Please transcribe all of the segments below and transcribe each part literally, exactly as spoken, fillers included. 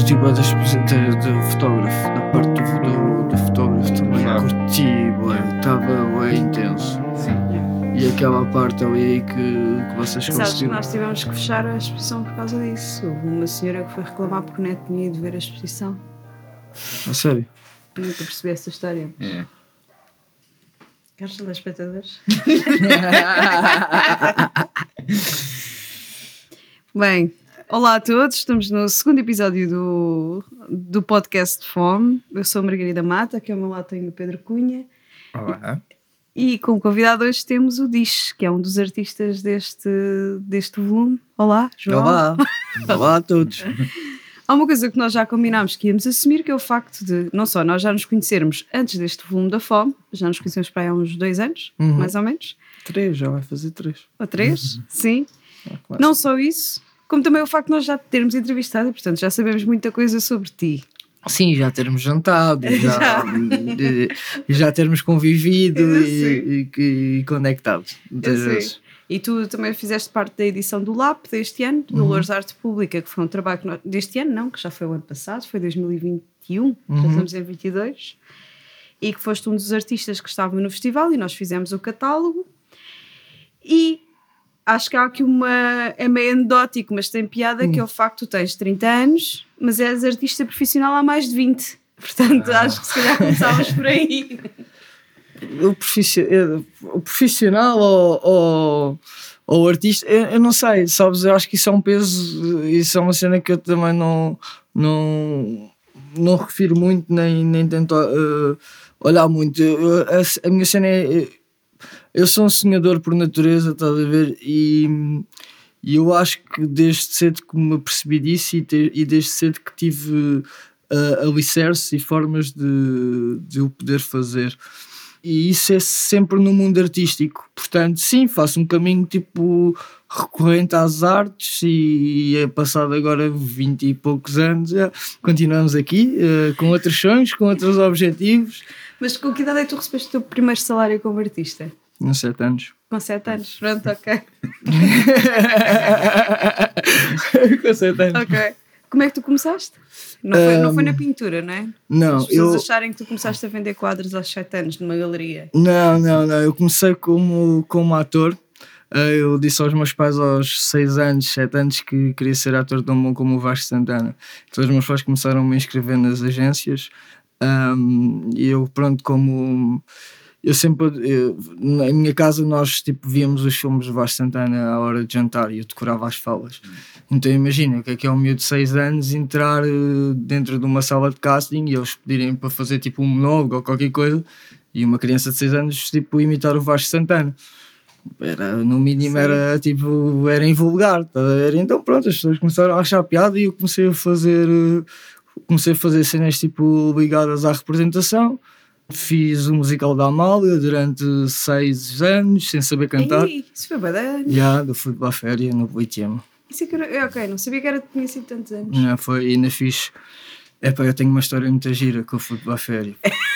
curti bem das do fotógrafo, da parte do, do, do fotógrafo também. Ah. Curti, bem, estava bem intenso. Sim. E aquela parte ali que, que vocês Sabes que conseguiram. nós tivemos que fechar a exposição por causa disso. Houve uma senhora que foi reclamar porque o neto tinha ido ver a exposição. A sério? Nunca percebi essa história. É. Queres ler espectadores? Bem, olá a todos, estamos no segundo episódio do, do podcast de Fome. Eu sou a Margarida Mata, aqui ao meu lado tenho o Pedro Cunha. Olá. E como convidado hoje temos o Dish, que é um dos artistas deste, deste volume. Olá, João. Olá! Olá a todos! Há uma coisa que nós já combinámos que íamos assumir, que é o facto de, não só nós já nos conhecermos antes deste volume da Fome, já nos conhecemos para aí há uns dois anos, Uhum. mais ou menos, Três, já vai fazer três. ou três, sim. Ah, claro. Não só isso, como também o facto de nós já te termos entrevistado e, portanto, já sabemos muita coisa sobre ti. Sim, já termos jantado, já, de- já termos convivido Eu e, e, e conectado muitas Eu sei. vezes. E tu também fizeste parte da edição do L A P deste ano, do Loures Arte Pública, que foi um trabalho que nós, deste ano, não, que já foi o ano passado, foi dois mil e vinte e um, já estamos em vinte e dois, e que foste um dos artistas que estavam no festival e nós fizemos o catálogo. E acho que há aqui uma, é meio anedótico, mas tem piada, que é o facto de tu tens trinta anos, mas és artista profissional há mais de vinte. Portanto, acho que se calhar começávamos por aí. O, profici- eh, o profissional ou, ou, ou o artista, eu, eu não sei, sabes? Eu acho que isso é um peso, isso é uma cena que eu também não, não, não refiro muito, nem, nem tento eh, olhar muito. Eu- a, a minha cena é. Eu sou um sonhador por natureza, estás a ver? E, e eu acho que desde cedo que me apercebi disso e, te- e desde cedo que tive uh, alicerces e formas de, de o poder fazer. E isso é sempre no mundo artístico. Portanto, sim, faço um caminho tipo recorrente às artes e é passado agora vinte e poucos anos. Já continuamos aqui uh, com outros sonhos, com outros objetivos. Mas com que idade é que tu recebeste o teu primeiro salário como artista? Uns sete anos. Com sete anos, pronto, ok. com sete anos. Ok. Como é que tu começaste? Não foi, não foi na Um, pintura, não é? Não, As pessoas eu... acharem que tu começaste a vender quadros aos sete anos numa galeria. Não, não, não. Eu comecei como, como ator. Eh, Eu disse aos meus pais aos seis anos, sete anos que queria ser ator tão bom como o Vasco Santana. Então os meus pais começaram a me inscrever nas agências. Um, e eu, pronto, como... Eu sempre... Eu, na minha casa nós tipo, víamos os filmes do Vasco Santana à hora de jantar e eu decorava as falas. Então imagina o que é que é um miúdo de seis anos entrar eh, dentro de uma sala de casting e eles pedirem para fazer tipo um monólogo ou qualquer coisa e uma criança de seis anos tipo imitar o Vasco Santana. Era, no mínimo Sim. era tipo, era invulgar, tá a ver? Então pronto, as pessoas começaram a achar piada e eu comecei a fazer eh, comecei a fazer cenas tipo ligadas à representação. Fiz o musical da Amália durante seis anos sem saber cantar. Ei, isso foi badana. Já, do Fui para a Féria no oitavo. Isso é que eu, não- ok, não sabia que era tinha sido tantos anos. Já foi, e ainda fiz. Epá, eu tenho uma história muito gira que eu fui para a féria.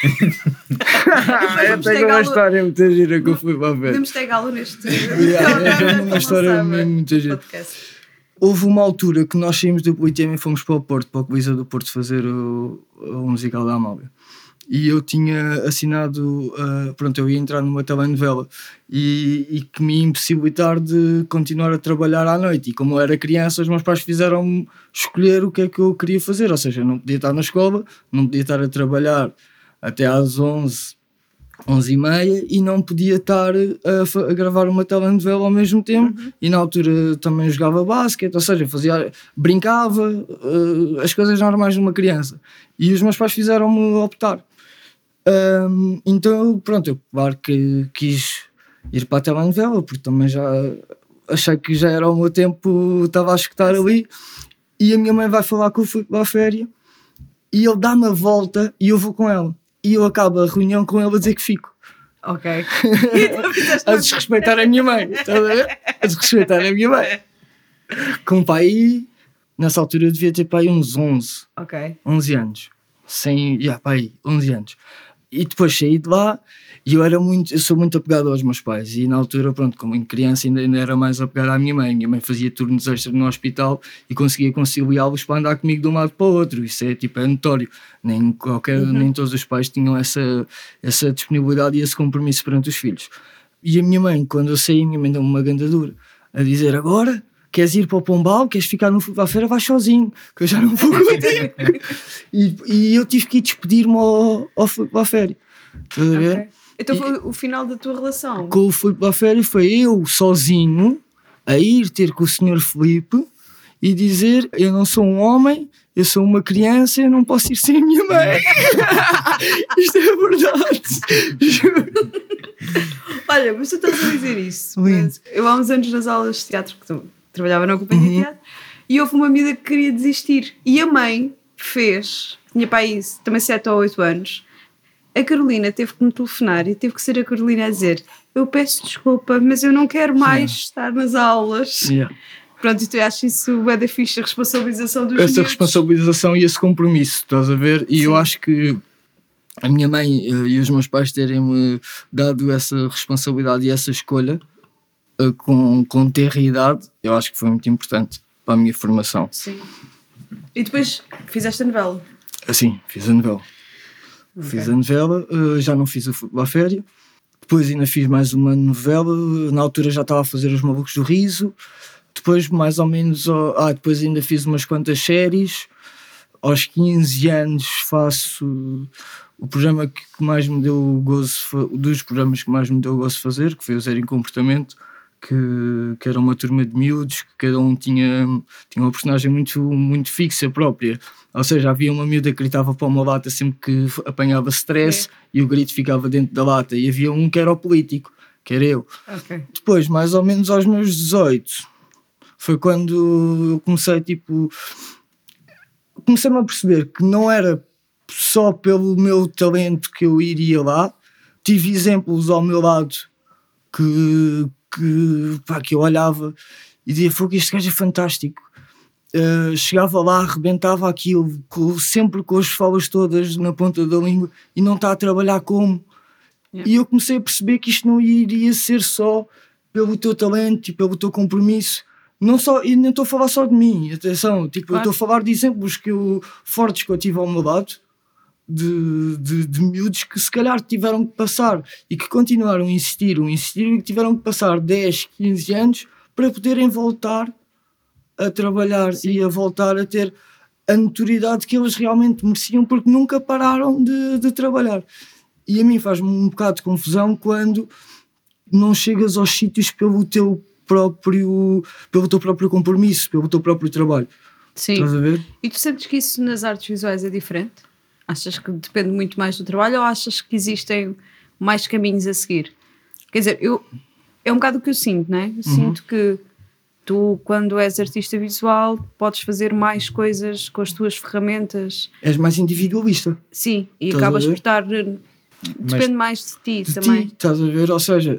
eu vamos tenho uma pegá-lo- história muito gira que eu fui para a féria. Podemos pegá-lo neste. Yeah, eu tenho uma história mesmo muito gira. podcast. Houve uma altura que nós saímos do Politeama e fomos para o Porto, para o Coliseu do Porto, fazer o, o musical da Amália. E eu tinha assinado, uh, pronto, eu ia entrar numa telenovela e, e que me ia impossibilitar de continuar a trabalhar à noite. E como eu era criança, os meus pais fizeram-me escolher o que é que eu queria fazer. Ou seja, eu não podia estar na escola, não podia estar a trabalhar até às onze, onze e meia e não podia estar a, fa- a gravar uma telenovela ao mesmo tempo. E na altura também jogava basquete, ou seja, fazia, brincava, uh, as coisas normais de uma criança. E os meus pais fizeram-me optar. Um, então, pronto, eu claro que quis ir para a telenovela, porque também já achei que já era o meu tempo, estava a escutar ali. E a minha mãe vai falar que eu fui para a féria e ele dá-me a volta e eu vou com ela. E eu acabo a reunião com ele a dizer que fico. Ok. A desrespeitar a minha mãe, estás a ver? A desrespeitar a minha mãe. Com pai, nessa altura eu devia ter pai uns onze, Ok. onze anos. Sem, yeah, pai, onze anos. e depois saí de lá e eu era muito, eu sou muito apegado aos meus pais e na altura, pronto, como em criança ainda, ainda era mais apegado à minha mãe. Minha mãe fazia turnos extras no hospital e conseguia conciliá-los para andar comigo de um lado para o outro. Isso é tipo, é notório. Nem, qualquer, uhum. nem todos os pais tinham essa, essa disponibilidade e esse compromisso perante os filhos. E a minha mãe, quando eu saí, a minha mãe deu-me uma gandadura a dizer: agora queres ir para o Pombal, queres ficar no futebol à feira, vais sozinho, que eu já não vou contigo. e, e eu tive que ir despedir-me ao, ao futebol à feira. Estás a ver? Okay. Então foi e, o final da tua relação? Com o futebol à feira foi eu sozinho a ir ter com o senhor Filipe e dizer: eu não sou um homem, eu sou uma criança, eu não posso ir sem a minha mãe. Isto é verdade. Juro. Olha, mas tu estás a dizer isso. Mas eu há uns anos nas aulas de teatro, que trabalhava na companhia uhum. de teatro, e houve uma miúda que queria desistir. E a mãe fez, tinha pai também sete ou oito anos, a Carolina teve que me telefonar e teve que ser a Carolina a dizer: eu peço desculpa, mas eu não quero mais yeah. estar nas aulas. Yeah. Pronto, e tu achas isso é da ficha, a responsabilização dos Essa miúdos? responsabilização e esse compromisso, estás a ver? E Sim. eu acho que a minha mãe e os meus pais terem-me dado essa responsabilidade e essa escolha com, com ter idade, eu acho que foi muito importante para a minha formação. Sim. E depois fizeste a novela? Sim, fiz a novela. Okay. Fiz a novela, já não fiz o futebol à féria. Depois ainda fiz mais uma novela, na altura já estava a fazer Os Malucos do Riso. Depois mais ou menos, ah, depois ainda fiz umas quantas séries. Aos quinze anos faço o programa que mais me deu gozo, dos programas que mais me deu gozo fazer, que foi o Zero em Comportamento, que, que era uma turma de miúdos, que cada um tinha, tinha uma personagem muito, muito fixa própria. Ou seja, havia uma miúda que gritava para uma lata sempre que apanhava stress, okay. e o grito ficava dentro da lata. E havia um que era o político, que era eu. Okay. Depois, mais ou menos aos meus dezoito, foi quando eu comecei, tipo... comecei-me a perceber que não era só pelo meu talento que eu iria lá. Tive exemplos ao meu lado que, que, pá, que eu olhava e dizia: fogo, este gajo é fantástico. Uh, chegava lá, arrebentava aquilo, com, sempre com as falas todas na ponta da língua, e não está a trabalhar como. Yeah. E eu comecei a perceber que isto não iria ser só pelo teu talento e pelo teu compromisso. Não só, e nem estou a falar só de mim, atenção, tipo, claro. Eu estou a falar de exemplos que eu, fortes que eu tive ao meu lado, de, de, de miúdos que se calhar tiveram que passar e que continuaram a insistir, a insistir e que tiveram que passar dez, quinze anos para poderem voltar a trabalhar. Sim. E a voltar a ter a notoriedade que eles realmente mereciam, porque nunca pararam de, de trabalhar. E a mim faz-me um bocado de confusão quando não chegas aos sítios pelo teu próprio, pelo teu próprio compromisso, pelo teu próprio trabalho. Sim. Estás a ver? E tu sentes que isso nas artes visuais é diferente? Achas que depende muito mais do trabalho, ou achas que existem mais caminhos a seguir? Quer dizer, eu, é um bocado o que eu sinto, não é? Eu uhum. sinto que tu, quando és artista visual, podes fazer mais coisas com as tuas ferramentas. És mais individualista. Sim, e estás acabas por estar... Depende Mas mais de ti de também. Ti, estás a ver? Ou seja...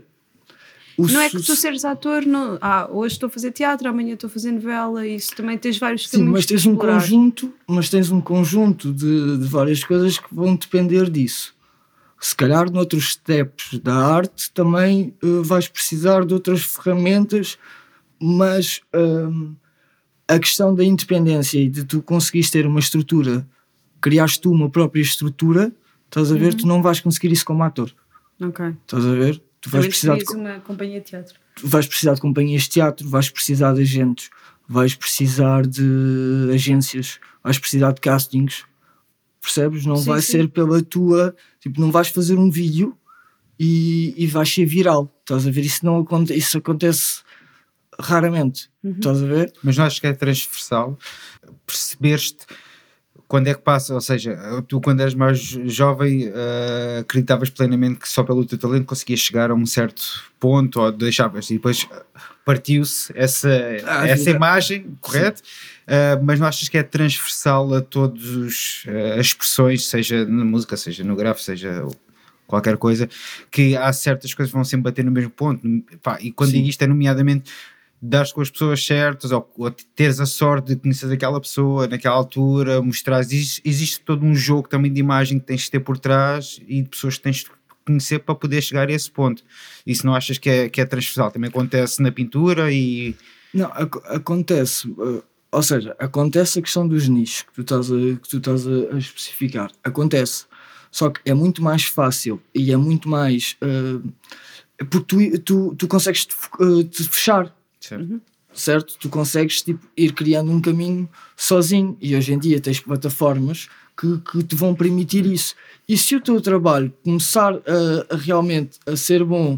O não é que tu seres ator, não, ah, hoje estou a fazer teatro, amanhã estou a fazer novela, e isso também tens vários caminhos. Sim, mas tens um conjunto, mas tens um conjunto de, de várias coisas que vão depender disso. Se calhar noutros steps da arte também uh, vais precisar de outras ferramentas, mas um, a questão da independência e de tu conseguires ter uma estrutura, criaste tu uma própria estrutura, estás a ver, uhum. tu não vais conseguir isso como ator. Ok. Estás a ver? Tu vais precisar de uma companhia de teatro. Tu vais precisar de companhias de teatro, vais precisar de agentes, vais precisar de agências, vais precisar de castings, percebes? Não sim, vai sim. ser pela tua... Tipo, não vais fazer um vídeo e, e vais ser viral, estás a ver? Isso, não, isso acontece raramente, uhum. estás a ver? Mas não achas que é transversal? Perceberes-te quando é que passa, ou seja, tu quando eras mais jovem uh, acreditavas plenamente que só pelo teu talento conseguias chegar a um certo ponto, ou deixavas, e depois partiu-se essa, ah, essa imagem, correto? Uh, mas não achas que é transversal a todas uh, as expressões, seja na música, seja no grafo, seja qualquer coisa, que há certas coisas que vão sempre bater no mesmo ponto? Pá, e quando Sim. digo isto é nomeadamente dares com as pessoas certas, ou, ou teres a sorte de conhecer aquela pessoa naquela altura, mostrar, existe, existe todo um jogo também de imagem que tens de ter por trás e de pessoas que tens de conhecer para poder chegar a esse ponto. Isso não achas que é, que é transversal? Também acontece na pintura e... Não, ac- acontece, uh, ou seja, acontece a questão dos nichos que tu estás a, que tu estás a, a especificar, acontece, só que é muito mais fácil e é muito mais, uh, porque tu, tu, tu consegues te, fo- uh, te fechar, Certo. certo? Tu consegues tipo, ir criando um caminho sozinho e hoje em dia tens plataformas que, que te vão permitir isso. E se o teu trabalho começar a, a realmente a ser bom,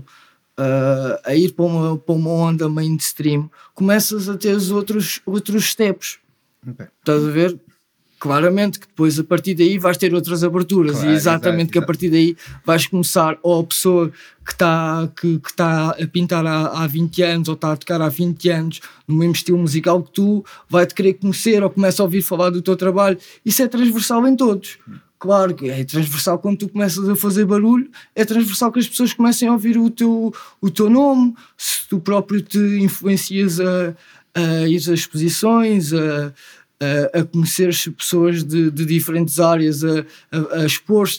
a, a ir para uma, para uma onda mainstream, começas a ter os outros, outros steps. Ok. Estás a ver? Claramente que depois a partir daí vais ter outras aberturas Claro, e exatamente exato, que a exato. partir daí vais começar, ou a pessoa que está que, que tá a pintar há, há vinte anos ou está a tocar há vinte anos no mesmo estilo musical que tu, vai-te querer conhecer ou começa a ouvir falar do teu trabalho. Isso é transversal em todos. Claro que é transversal quando tu começas a fazer barulho, é transversal que as pessoas comecem a ouvir o teu, o teu nome, se tu próprio te influencias a, a ir às exposições, a a, a conhecer pessoas de, de diferentes áreas, a, a, a expor.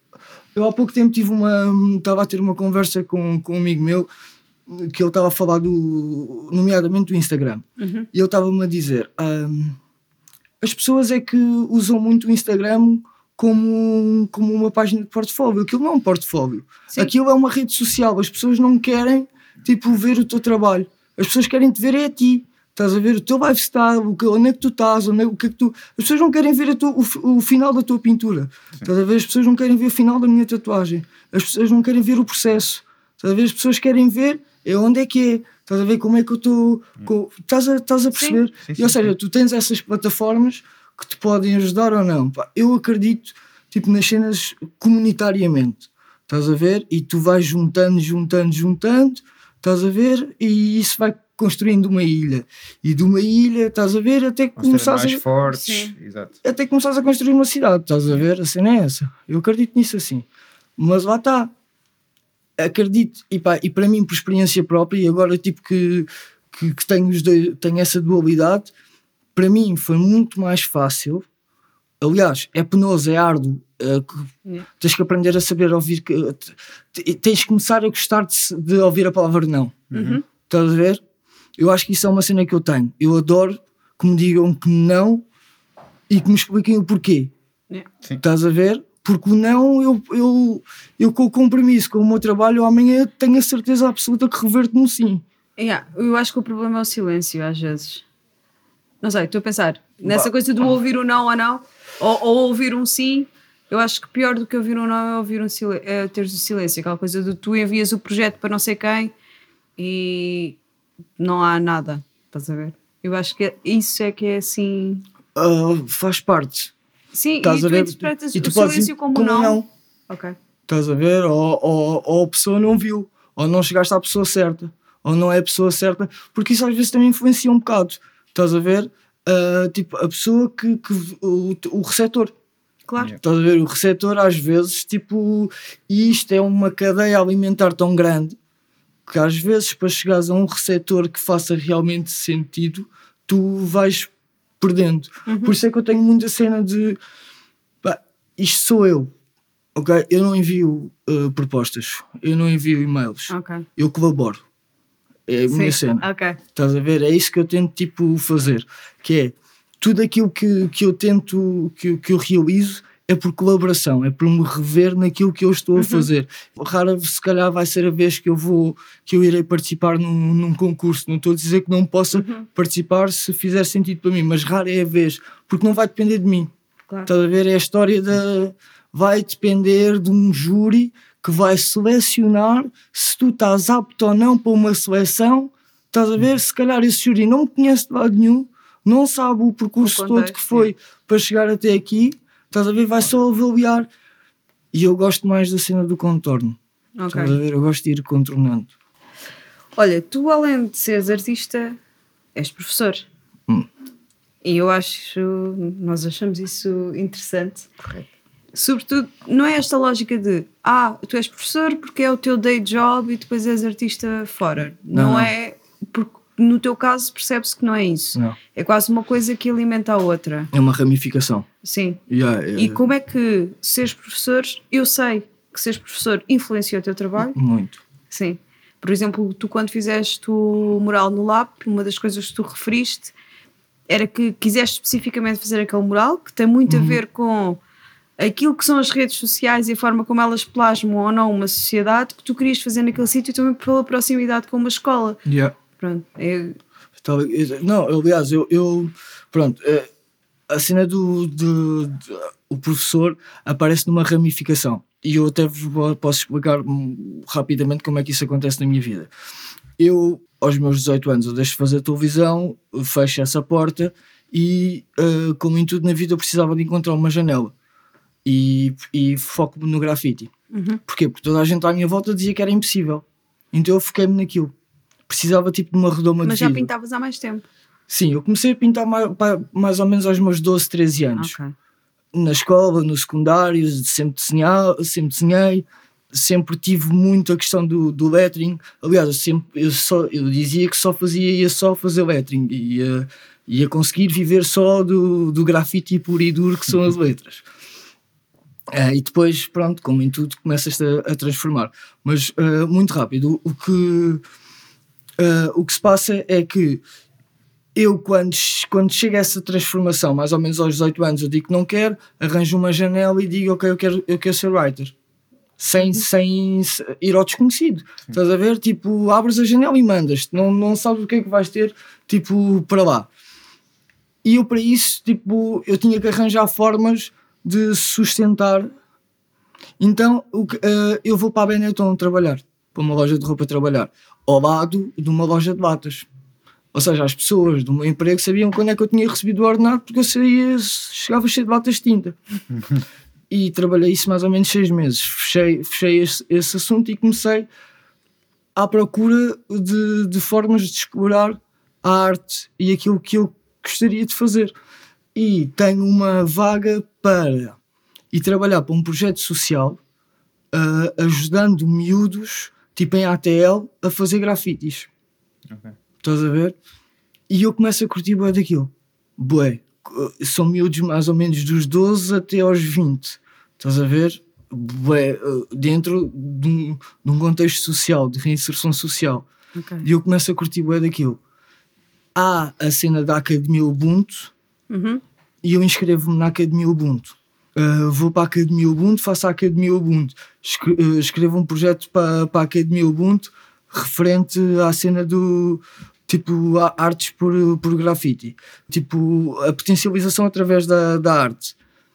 Eu há pouco tempo tive uma, estava a ter uma conversa com, com um amigo meu que ele estava a falar do, nomeadamente do Instagram. Uhum. E ele estava-me a dizer, hum, as pessoas é que usam muito o Instagram como, como uma página de portfólio. Aquilo não é um portfólio. Sim. Aquilo é uma rede social. As pessoas não querem tipo, ver o teu trabalho. As pessoas querem te ver é a ti. Estás a ver o teu lifestyle, o que, onde é que tu estás, onde é, o que é que tu... As pessoas não querem ver a tua, o, o final da tua pintura. Estás a ver? As pessoas não querem ver o final da minha tatuagem. As pessoas não querem ver o processo. Estás a ver? As pessoas querem ver é onde é que é. Estás a ver como é que eu estou... com- Estás a, estás a perceber? Sim, sim, E, ou sim, seja, sim. tu tens essas plataformas que te podem ajudar ou não. Pá, eu acredito tipo, nas cenas comunitariamente. Estás a ver? E tu vais juntando, juntando, juntando. Estás a ver? E isso vai construindo uma ilha. E de uma ilha, estás a ver, até que Vão ser começares mais a, fortes. Sim. Exato. até que começares a construir uma cidade. Estás a ver? A cena é essa. Eu acredito nisso assim. Mas lá está. Acredito. E, pá, e para mim, por experiência própria, e agora tipo que, que, que tenho, os dois, tenho essa dualidade, para mim foi muito mais fácil. Aliás, é penoso, é árduo. é que Yeah. Tens que aprender a saber ouvir. que- te- Tens que começar a gostar de, se- de ouvir a palavra não. Uhum. Estás a ver? Eu acho que isso é uma cena que eu tenho. Eu adoro que me digam que não e que me expliquem o porquê. Yeah. Estás a ver? Porque o não, eu, eu, eu com o compromisso, com o meu trabalho, amanhã tenho a certeza absoluta que reverto num sim. Yeah, eu acho que o problema é o silêncio, às vezes. Não sei, estou a pensar nessa Bah. coisa do ouvir um não ou não, ou, ou ouvir um sim. Eu acho que pior do que ouvir um não é ouvir um silêncio, é teres o silêncio, aquela coisa de tu envias o projeto para não sei quem e não há nada, estás a ver? Eu acho que é- isso é que é assim. Ah, faz parte. Sim, Estás e a tu ver? interpretas E tu o podes silêncio ir como, como não. não. Ok. Estás a ver? Ou, ou, ou a pessoa não viu, ou não chegaste à pessoa certa, ou não é a pessoa certa, porque isso às vezes também influencia um bocado. Estás a ver? Ah, tipo, a pessoa que, que o, o receptor. Claro. Yeah. Estás a ver? O receptor às vezes, tipo, e isto é uma cadeia alimentar tão grande que às vezes para chegares a um receptor que faça realmente sentido, tu vais perdendo. Por isso é que eu tenho muita cena de pá, isto sou eu. Ok? Eu não envio uh, propostas, eu não envio e-mails, Ok. eu colaboro. É a minha Sim. cena. Ok. Estás a ver? É isso que eu tento tipo fazer, que é tudo aquilo que, que eu tento, que, que eu realizo é por colaboração, é por me rever naquilo que eu estou a fazer. Rara se calhar vai ser a vez que eu vou, que eu irei participar num, num concurso. Não estou a dizer que não possa participar se fizer sentido para mim, mas rara é a vez, porque não vai depender de mim. Claro. Estás a ver? É a história da. Vai depender de um júri que vai selecionar se tu estás apto ou não para uma seleção. Estás a ver? Se calhar esse júri não me conhece de lado nenhum, não sabe o percurso O todo contexto, que foi para chegar até aqui. Estás a ver? Vai só avaliar. E eu gosto mais da cena do contorno. Ok. Estás a ver? Eu gosto de ir contornando. Olha, tu além de seres artista, és professor. Hum. E eu acho, nós achamos isso interessante. Correto. Sobretudo, não é esta lógica de ah, tu és professor porque é o teu day job e depois és artista fora. Não, Não, não. é porque no teu caso percebe-se que não é isso. Não. É quase uma coisa que alimenta a outra. É uma ramificação. Sim. Yeah, é... E como é que seres professor, eu sei que seres professor influencia o teu trabalho? Muito. Sim. Por exemplo, tu quando fizeste o mural no Lab, uma das coisas que tu referiste era que quiseste especificamente fazer aquele mural, que tem muito uhum. a ver com aquilo que são as redes sociais e a forma como elas plasmam ou não uma sociedade, que tu querias fazer naquele sítio também pela proximidade com uma escola. Yeah. Pronto. É... Não, aliás, eu, eu pronto, a cena do, do, do o professor aparece numa ramificação e eu até vos posso explicar rapidamente como é que isso acontece na minha vida. Eu, aos meus dezoito anos, eu deixo de fazer televisão, fecho essa porta e, uh, como em tudo na vida, eu precisava de encontrar uma janela e, e foco-me no grafite. Uhum. Porquê? Porque toda a gente à minha volta dizia que era impossível. Então eu foquei-me naquilo. Precisava tipo de uma redoma de Mas já vidro. pintavas há mais tempo? Sim, eu comecei a pintar mais, mais ou menos aos meus doze, treze anos. Okay. Na escola, no secundário, sempre, desenhar, sempre desenhei, sempre tive muito a questão do, do lettering. Aliás, eu, sempre, eu, só, eu dizia que só fazia, ia só fazer lettering, ia, ia conseguir viver só do, do grafite puro e duro que são as letras. Uh, e depois, pronto, como em tudo, começas a, a transformar. Mas, uh, muito rápido, o que, uh, o que se passa é que eu, quando, quando chega a essa transformação, mais ou menos aos dezoito anos, eu digo que não quero, arranjo uma janela e digo, ok, eu quero, eu quero ser writer. Sem, sem ir ao desconhecido. Sim. Estás a ver? Tipo, abres a janela e mandas-te. Não, não sabes o que é que vais ter, tipo, para lá. E eu, para isso, tipo, eu tinha que arranjar formas de sustentar. Então, o que, uh, eu vou para a Benetton trabalhar, para uma loja de roupa trabalhar, ao lado de uma loja de latas. Ou seja, as pessoas do meu emprego sabiam quando é que eu tinha recebido o ordenado, porque eu saía, chegava cheio de latas de tinta. E trabalhei isso mais ou menos seis meses. Fechei, fechei esse, esse assunto e comecei à procura de, de formas de explorar a arte e aquilo que eu gostaria de fazer. E tenho uma vaga para ir trabalhar para um projeto social, uh, ajudando miúdos, tipo em A T L, a fazer grafites. Ok. Estás a ver? E eu começo a curtir bué daquilo. Bué. São miúdos mais ou menos dos doze até aos vinte. Estás a ver? Bué, dentro de um, de um contexto social, de reinserção social. Okay. E eu começo a curtir bué daquilo. Há a cena da Academia Ubuntu, uhum. e eu inscrevo-me na Academia Ubuntu. Uh, vou para a Academia Ubuntu, faço a Academia Ubuntu. Escre- uh, escrevo um projeto para, para a Academia Ubuntu referente à cena do... tipo, artes por, por grafite, tipo, a potencialização através da, da arte.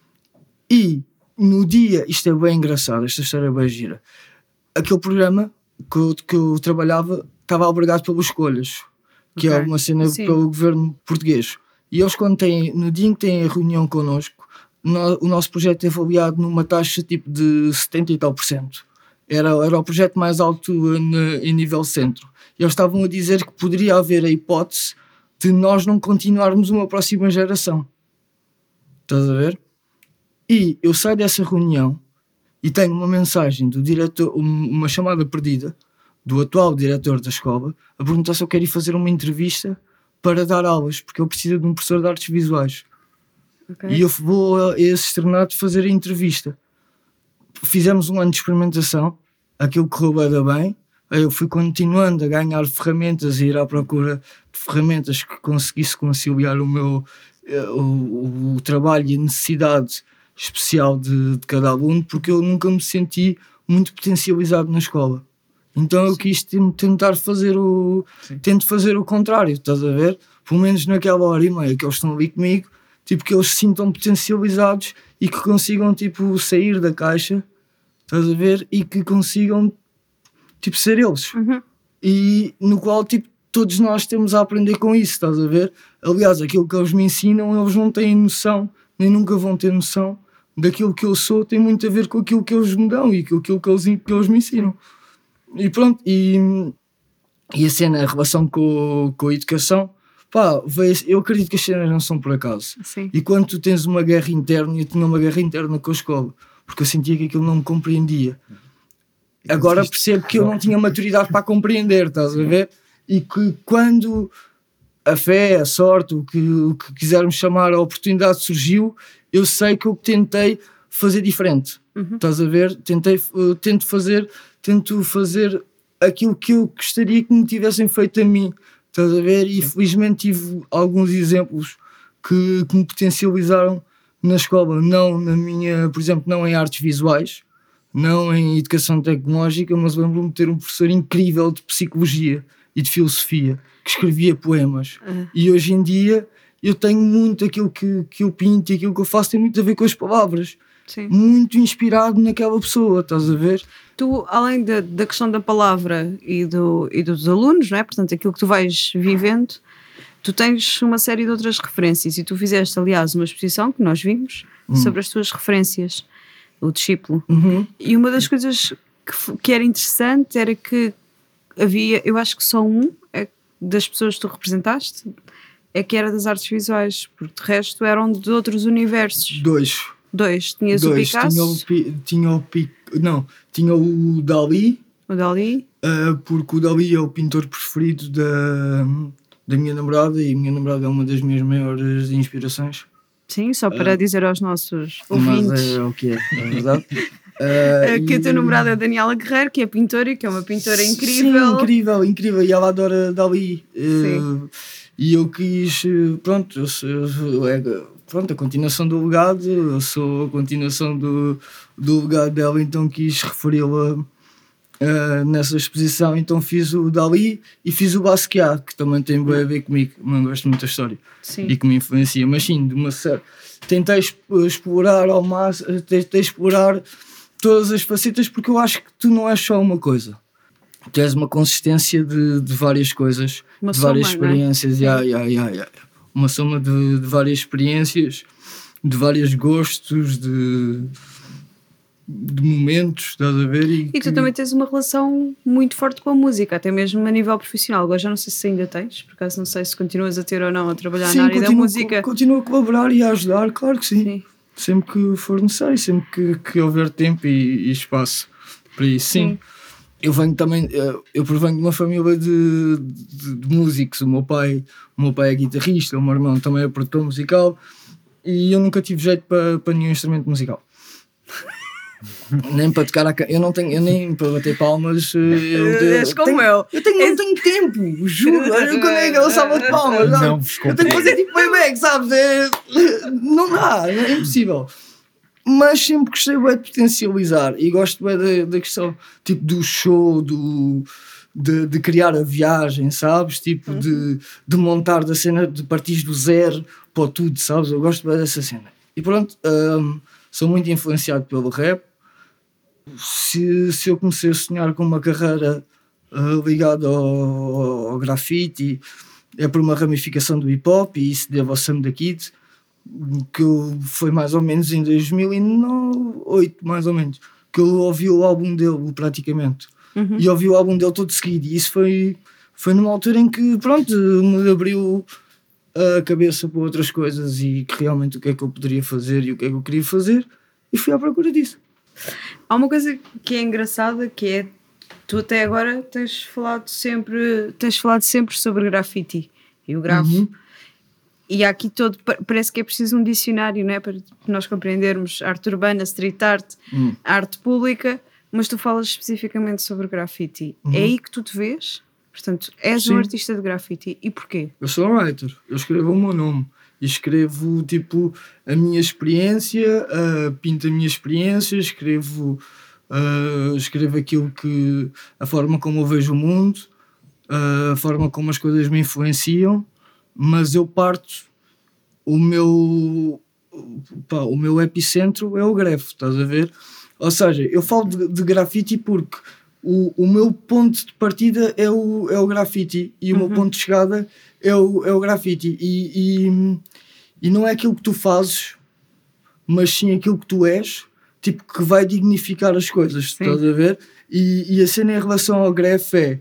E no dia, isto é bem engraçado, esta história é bem gira, aquele programa que eu, que eu trabalhava estava albergado pelas Escolhas, que okay. é uma cena Sim. pelo governo português. E eles, quando têm, no dia em que têm a reunião connosco, no, o nosso projeto é avaliado numa taxa tipo de setenta e tal por cento. Era, era o projeto mais alto em, em nível centro. E eles estavam a dizer que poderia haver a hipótese de nós não continuarmos uma próxima geração. Estás a ver? E eu saio dessa reunião e tenho uma mensagem do diretor, uma chamada perdida do atual diretor da escola, a perguntar se eu quero ir fazer uma entrevista para dar aulas, porque eu preciso de um professor de artes visuais. Okay. E eu vou a esse externato fazer a entrevista. Fizemos um ano de experimentação, aquilo correu bem. Eu fui continuando a ganhar ferramentas e ir à procura de ferramentas que conseguisse conciliar o meu o, o, o trabalho e a necessidade especial de, de cada aluno, porque eu nunca me senti muito potencializado na escola. Então eu Sim. quis tentar fazer o Sim. tento fazer o contrário, estás a ver? Pelo menos naquela hora e meia que eles estão ali comigo, tipo, que eles se sintam potencializados e que consigam, tipo, sair da caixa, estás a ver? E que consigam, tipo, ser eles. Uhum. E no qual, tipo, todos nós temos a aprender com isso, estás a ver? Aliás, aquilo que eles me ensinam, eles não têm noção, nem nunca vão ter noção daquilo que eu sou, tem muito a ver com aquilo que eles me dão e com aquilo que eles, que eles me ensinam. E pronto, e, e a cena, a relação com, com a educação, pá, eu acredito que as cenas não são por acaso. Sim. E quando tu tens uma guerra interna, eu tinha uma guerra interna com a escola, porque eu sentia que aquilo não me compreendia. Agora percebo que eu não tinha maturidade para compreender, estás a ver? e que quando a fé, a sorte, o que, o que quisermos chamar, a oportunidade surgiu, eu sei que eu tentei fazer diferente. Uhum. Estás a ver? Tentei, uh, tento fazer, tento fazer aquilo que eu gostaria que me tivessem feito a mim. Estás a ver? E felizmente tive alguns exemplos que, que me potencializaram na escola, não na minha, por exemplo, não em artes visuais, não em educação tecnológica, mas lembro-me de ter um professor incrível de psicologia e de filosofia, que escrevia poemas. Uhum. E hoje em dia eu tenho muito aquilo que, que eu pinto e aquilo que eu faço tem muito a ver com as palavras. Sim. Muito inspirado naquela pessoa, estás a ver? Tu, além da, da questão da palavra e, do, e dos alunos, não é? Portanto, aquilo que tu vais vivendo, tu tens uma série de outras referências e tu fizeste, aliás, uma exposição que nós vimos hum. sobre as tuas referências, o discípulo. Uhum. E uma das coisas que, que era interessante era que havia, eu acho que só um é, das pessoas que tu representaste é que era das artes visuais, porque de resto eram de outros universos. Dois. Dois. Tinhas Dois. o Picasso? Tinha o, tinha o Pic... Não, tinha o Dalí. O Dalí? Uh, porque o Dalí é o pintor preferido da, da minha namorada e a minha namorada é uma das minhas maiores inspirações. Sim, só para uh, dizer aos nossos ouvintes. Mas é o que é, é verdade. Uh, que e... a tua namorada é a Daniela Guerreiro, que é pintora e que é uma pintora incrível. Sim, incrível, incrível. E ela adora Dalí. Uh, e eu quis, pronto, eu sou, eu, é, pronto, a continuação do legado, eu sou a continuação do, do legado dela, então quis referi-la uh, nessa exposição. Então fiz o Dalí e fiz o Basquiat, que também tem bem a ver comigo, mas gosto muito da história. Sim. E que me influencia, mas sim, de uma série. Tentei explorar ao máximo, tentei explorar todas as facetas, porque eu acho que tu não és só uma coisa. Tu és uma consistência de, de várias coisas, uma de várias soma, experiências, né? yeah, yeah, yeah, yeah. Uma soma de, de várias experiências, de vários gostos, de, de momentos, estás a ver? E, e tu que... também tens uma relação muito forte com a música, até mesmo a nível profissional. Agora já não sei se ainda tens, por acaso não sei se continuas a ter ou não a trabalhar sim, na área continuo, da música. Continuo a colaborar e a ajudar, claro que sim. sim. Sempre que for necessário, sempre que, que houver tempo e, e espaço para isso, sim. sim. Eu venho também, eu provenho de uma família de, de, de músicos. O meu pai, o meu pai é guitarrista, o meu irmão também é produtor musical e eu nunca tive jeito para, para nenhum instrumento musical. Nem para tocar a ca... eu não tenho, eu nem para bater palmas. Eu, És como tenho, eu. Eu tenho, é... não tenho tempo, juro. Olha quando é aquela salva de palmas. Não, não eu tenho que fazer tipo playback, sabes? É, não dá, é impossível. Mas sempre gostei bem de potencializar e gosto bem da, da questão tipo do show, do, de, de criar a viagem, sabes? Tipo uhum. de, de montar da cena, de partir do zero para tudo, sabes? Eu gosto bem dessa cena. E pronto, um, sou muito influenciado pelo rap. Se, se eu comecei a sonhar com uma carreira uh, ligada ao, ao grafite, é por uma ramificação do hip hop e isso devo ao Sam da Kid, que foi mais ou menos em dois mil e oito, mais ou menos, que eu ouvi o álbum dele praticamente. Uhum. E ouvi o álbum dele todo seguido. E isso foi, foi numa altura em que, pronto, me abriu a cabeça para outras coisas e que realmente o que é que eu poderia fazer e o que é que eu queria fazer, e fui à procura disso. Há uma coisa que é engraçada, que é, tu até agora tens falado sempre, tens falado sempre sobre grafite e o grafo. Uhum. E aqui todo, parece que é preciso um dicionário, não é? Para nós compreendermos arte urbana, street art, hum. arte pública, mas tu falas especificamente sobre grafite. Uhum. É aí que tu te vês? Portanto, és Sim. um artista de grafite. E porquê? Eu sou um writer. Eu escrevo o meu nome. E escrevo, tipo, a minha experiência, uh, pinto a minha experiência, escrevo, uh, escrevo aquilo que... a forma como eu vejo o mundo, uh, a forma como as coisas me influenciam. Mas eu parto, o meu, pá, o meu epicentro é o grafo, estás a ver? Ou seja, eu falo de, de grafite porque o, o meu ponto de partida é o, é o grafite e o uhum. meu ponto de chegada é o, é o grafite. E, e, e não é aquilo que tu fazes, mas sim aquilo que tu és, tipo, que vai dignificar as coisas, sim. estás a ver? E, e a cena em relação ao grafo é...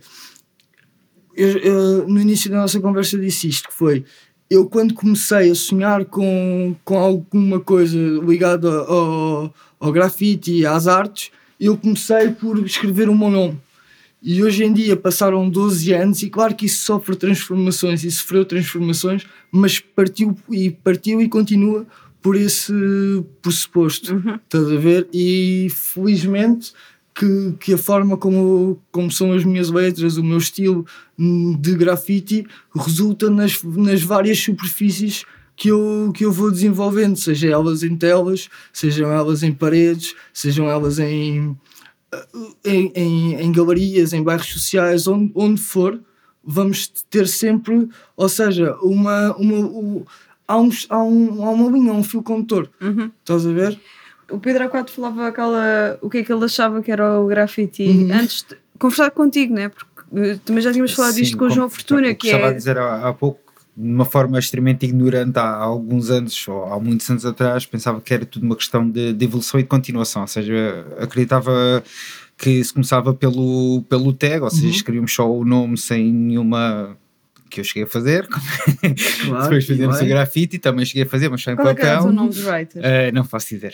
Eu, eu, no início da nossa conversa disse isto, que foi, eu quando comecei a sonhar com, com alguma coisa ligada ao, ao grafite e às artes, eu comecei por escrever o meu nome. E hoje em dia passaram doze anos e claro que isso sofre transformações e sofreu transformações, mas partiu e, partiu e continua por esse pressuposto, uhum. Estás a ver? E felizmente que, que a forma como, como são as minhas letras, o meu estilo de grafite resulta nas, nas várias superfícies que eu, que eu vou desenvolvendo, seja elas em telas, sejam elas em paredes, sejam elas em... Em, em, em galerias, em bairros sociais, onde, onde for, vamos ter sempre, ou seja, uma, uma, um, há, um, há, um, há uma linha, um fio condutor. Uhum. Estás a ver? O Pedro há quatro falava aquela, o que é que ele achava que era o grafite uhum. antes de conversar contigo, né? Porque também já tínhamos falado Sim, disto com o João Fortuna, que estava é... a dizer há, há pouco, de uma forma extremamente ignorante há alguns anos, ou há muitos anos atrás, pensava que era tudo uma questão de, de evolução e de continuação, ou seja, acreditava que se começava pelo, pelo tag, ou seja, uhum. escrevíamos só o nome sem nenhuma... que eu cheguei a fazer, claro, depois fizemos o grafite, também cheguei a fazer, mas só em Qual papel. Qual é o nome do writer? Uh, não faço dizer.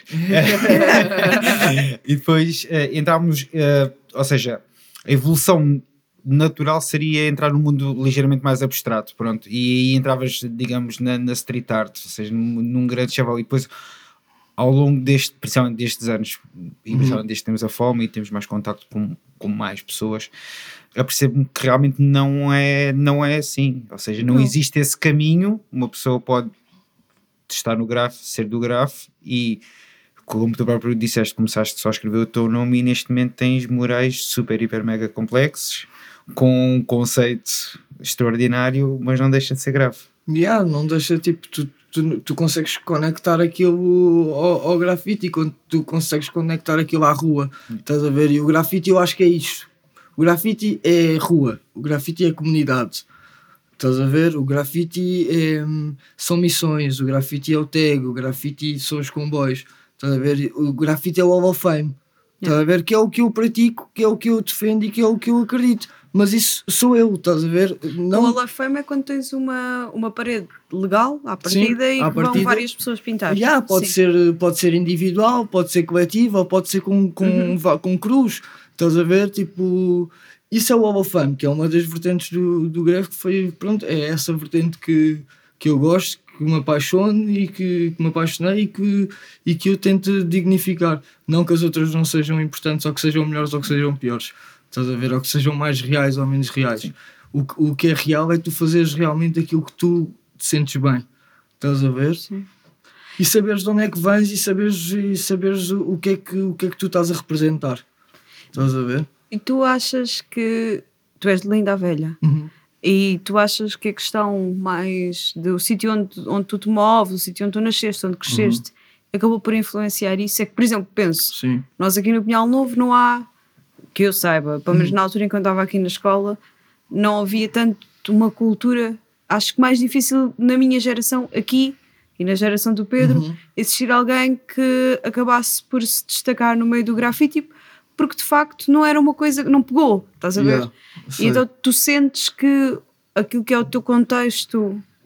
E depois uh, entramos, uh, ou seja, a evolução natural seria entrar num mundo ligeiramente mais abstrato, pronto, e aí entravas, digamos, na, na street art, ou seja, num, num grande chaval, e depois ao longo deste, principalmente destes anos, e principalmente uhum. desde que temos a fome e temos mais contacto com, com mais pessoas, eu percebo que realmente não é, não é assim, ou seja, não, não existe esse caminho. Uma pessoa pode estar no grafo, ser do grafo e, como tu próprio disseste, começaste só a escrever o teu nome e neste momento tens murais super, hiper, mega complexos, com um conceito extraordinário, mas não deixa de ser grafo. Yeah, não deixa, tipo, tu, tu, tu consegues conectar aquilo ao, ao grafite e quando tu consegues conectar aquilo à rua, estás a ver? E o grafite eu acho que é isto. O grafite é rua, o grafite é comunidade, estás a ver? O grafite é, são missões, o grafite é o tag, o grafite são os comboios, estás a ver? O grafite é o Hall of Fame, estás a ver? Que é o que eu pratico, que é o que eu defendo e que é o que eu acredito. Mas isso sou eu, estás a ver? Não... O Hall of Fame é quando tens uma, uma parede legal à partida Sim, e à que partida, vão várias pessoas pintar. Yeah, pode, ser, pode ser individual, pode ser coletivo, ou pode ser com, com, uhum. com cruz. Estás a ver? Tipo, isso é o Hall of Fame, que é uma das vertentes do, do grafo, que foi, pronto, é essa vertente que, que eu gosto, que me apaixono e que, que me apaixonei e que, e que eu tento dignificar. Não que as outras não sejam importantes, ou que sejam melhores ou que sejam piores. Estás a ver? Ou que sejam mais reais ou menos reais. O, o que é real é tu fazeres realmente aquilo que tu te sentes bem. Estás a ver? Sim. E saberes de onde é que vens e saberes, e saberes o, que é que, o que é que tu estás a representar. Estás a ver? E tu achas que tu és de Linda a Velha uhum. e tu achas que a questão mais do sítio onde, onde tu te moves, o sítio onde tu nasceste, onde cresceste, uhum. acabou por influenciar isso? É que, por exemplo, penso, Sim. nós aqui no Pinhal Novo não há, que eu saiba, pelo menos uhum. na altura em que eu estava aqui na escola, não havia tanto uma cultura, acho que mais difícil na minha geração aqui e na geração do Pedro, uhum. existir alguém que acabasse por se destacar no meio do grafite, porque de facto não era uma coisa que não pegou, estás a ver? Yeah, e então tu sentes que aquilo que é o teu contexto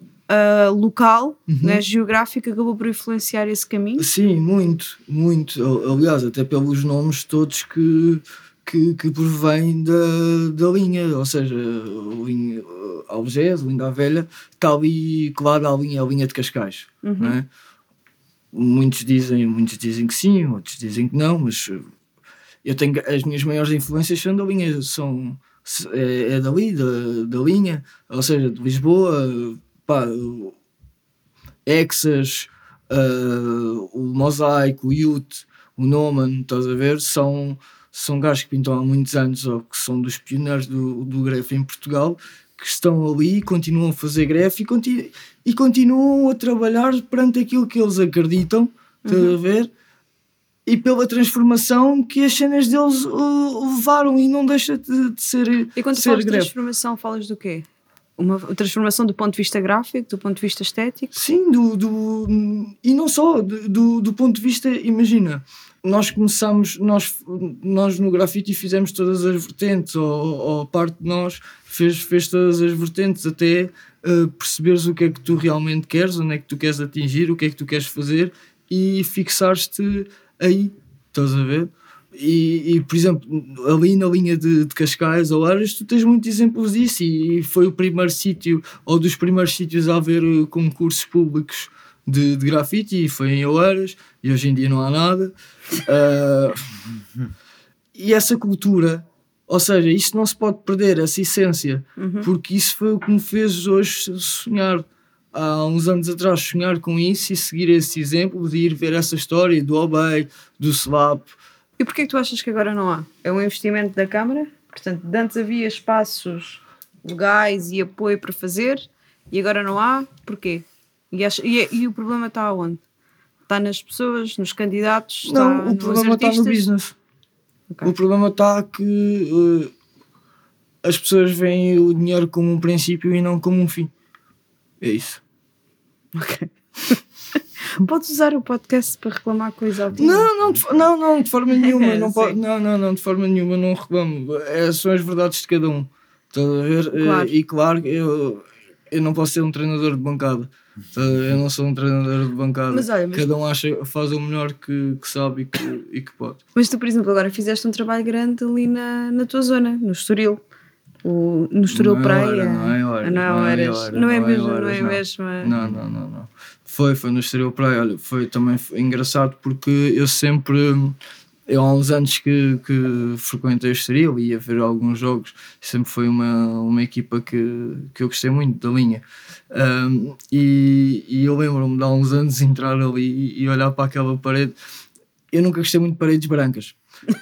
uh, local, uhum. né, geográfico, acabou por influenciar esse caminho? Sim, muito, muito. Aliás, até pelos nomes todos que, que, que provém da, da linha, ou seja, a linha Algés, a linha da Velha, está ali, claro, a linha, a linha de Cascais, uhum. não é? Muitos dizem, muitos dizem que sim, outros dizem que não, mas eu tenho, as minhas maiores influências são da linha, são, é, é dali, da, da linha, ou seja, de Lisboa, pá, Exas, uh, o Mosaico, o Youth, o Noman, estás a ver, são, são gajos que pintam há muitos anos, ou que são dos pioneiros do, do grafite em Portugal, que estão ali, continuam a fazer grafite e, continu, e continuam a trabalhar perante aquilo que eles acreditam, estás uhum. a ver? E pela transformação que as cenas deles uh, levaram e não deixa de, de ser grafite. E quando tu falas de transformação, falas do quê? Uma transformação do ponto de vista gráfico, do ponto de vista estético? Sim, do, do, e não só, do, do ponto de vista, imagina, nós começamos, nós, nós no grafite fizemos todas as vertentes, ou, ou parte de nós fez, fez todas as vertentes, até uh, perceberes o que é que tu realmente queres, onde é que tu queres atingir, o que é que tu queres fazer e fixares-te aí, estás a ver? E, e, por exemplo, ali na linha de, de Cascais ou Oeiras, tu tens muitos exemplos disso, e foi o primeiro sítio, ou dos primeiros sítios a haver concursos públicos de, de grafite, e foi em Oeiras, e hoje em dia não há nada. Uh, e essa cultura, ou seja, isso não se pode perder, essa essência, uhum. porque isso foi o que me fez hoje sonhar. Há uns anos atrás, sonhar com isso e seguir esse exemplo de ir ver essa história do Obey, do Slap. E porquê que tu achas que agora não há? É um investimento da Câmara? Portanto, antes havia espaços legais e apoio para fazer e agora não há? Porquê? E, acho, e, e o problema está aonde? Está nas pessoas, nos candidatos? Está não, o problema está no business. Okay. O problema está que uh, as pessoas veem o dinheiro como um princípio e não como um fim. É isso. Ok. Podes usar o podcast para reclamar coisa ao Não, não, de, não, não, de forma nenhuma. não, pode, não, não, não, de forma nenhuma não reclamo. É, são as verdades de cada um. Estás a ver? Claro. E, e claro, eu, eu não posso ser um treinador de bancada. Eu não sou um treinador de bancada. Mas, olha, mas... Cada um acha, faz o melhor que, que sabe e que, e que pode. Mas tu, por exemplo, agora fizeste um trabalho grande ali na, na tua zona, no Estoril. O, no Estoril não Praia. Hora, não é hora. Não, não, é, hora, não é mesmo, horas, não é não. mesmo. Não, não, não, não. Foi, foi no Estoril Praia. Olha, foi também engraçado porque eu sempre, eu há uns anos que, que frequentei o Estoril e ia ver alguns jogos, sempre foi uma, uma equipa que, que eu gostei muito da linha. Um, e, e eu lembro-me de há uns anos entrar ali e olhar para aquela parede. Eu nunca gostei muito de paredes brancas.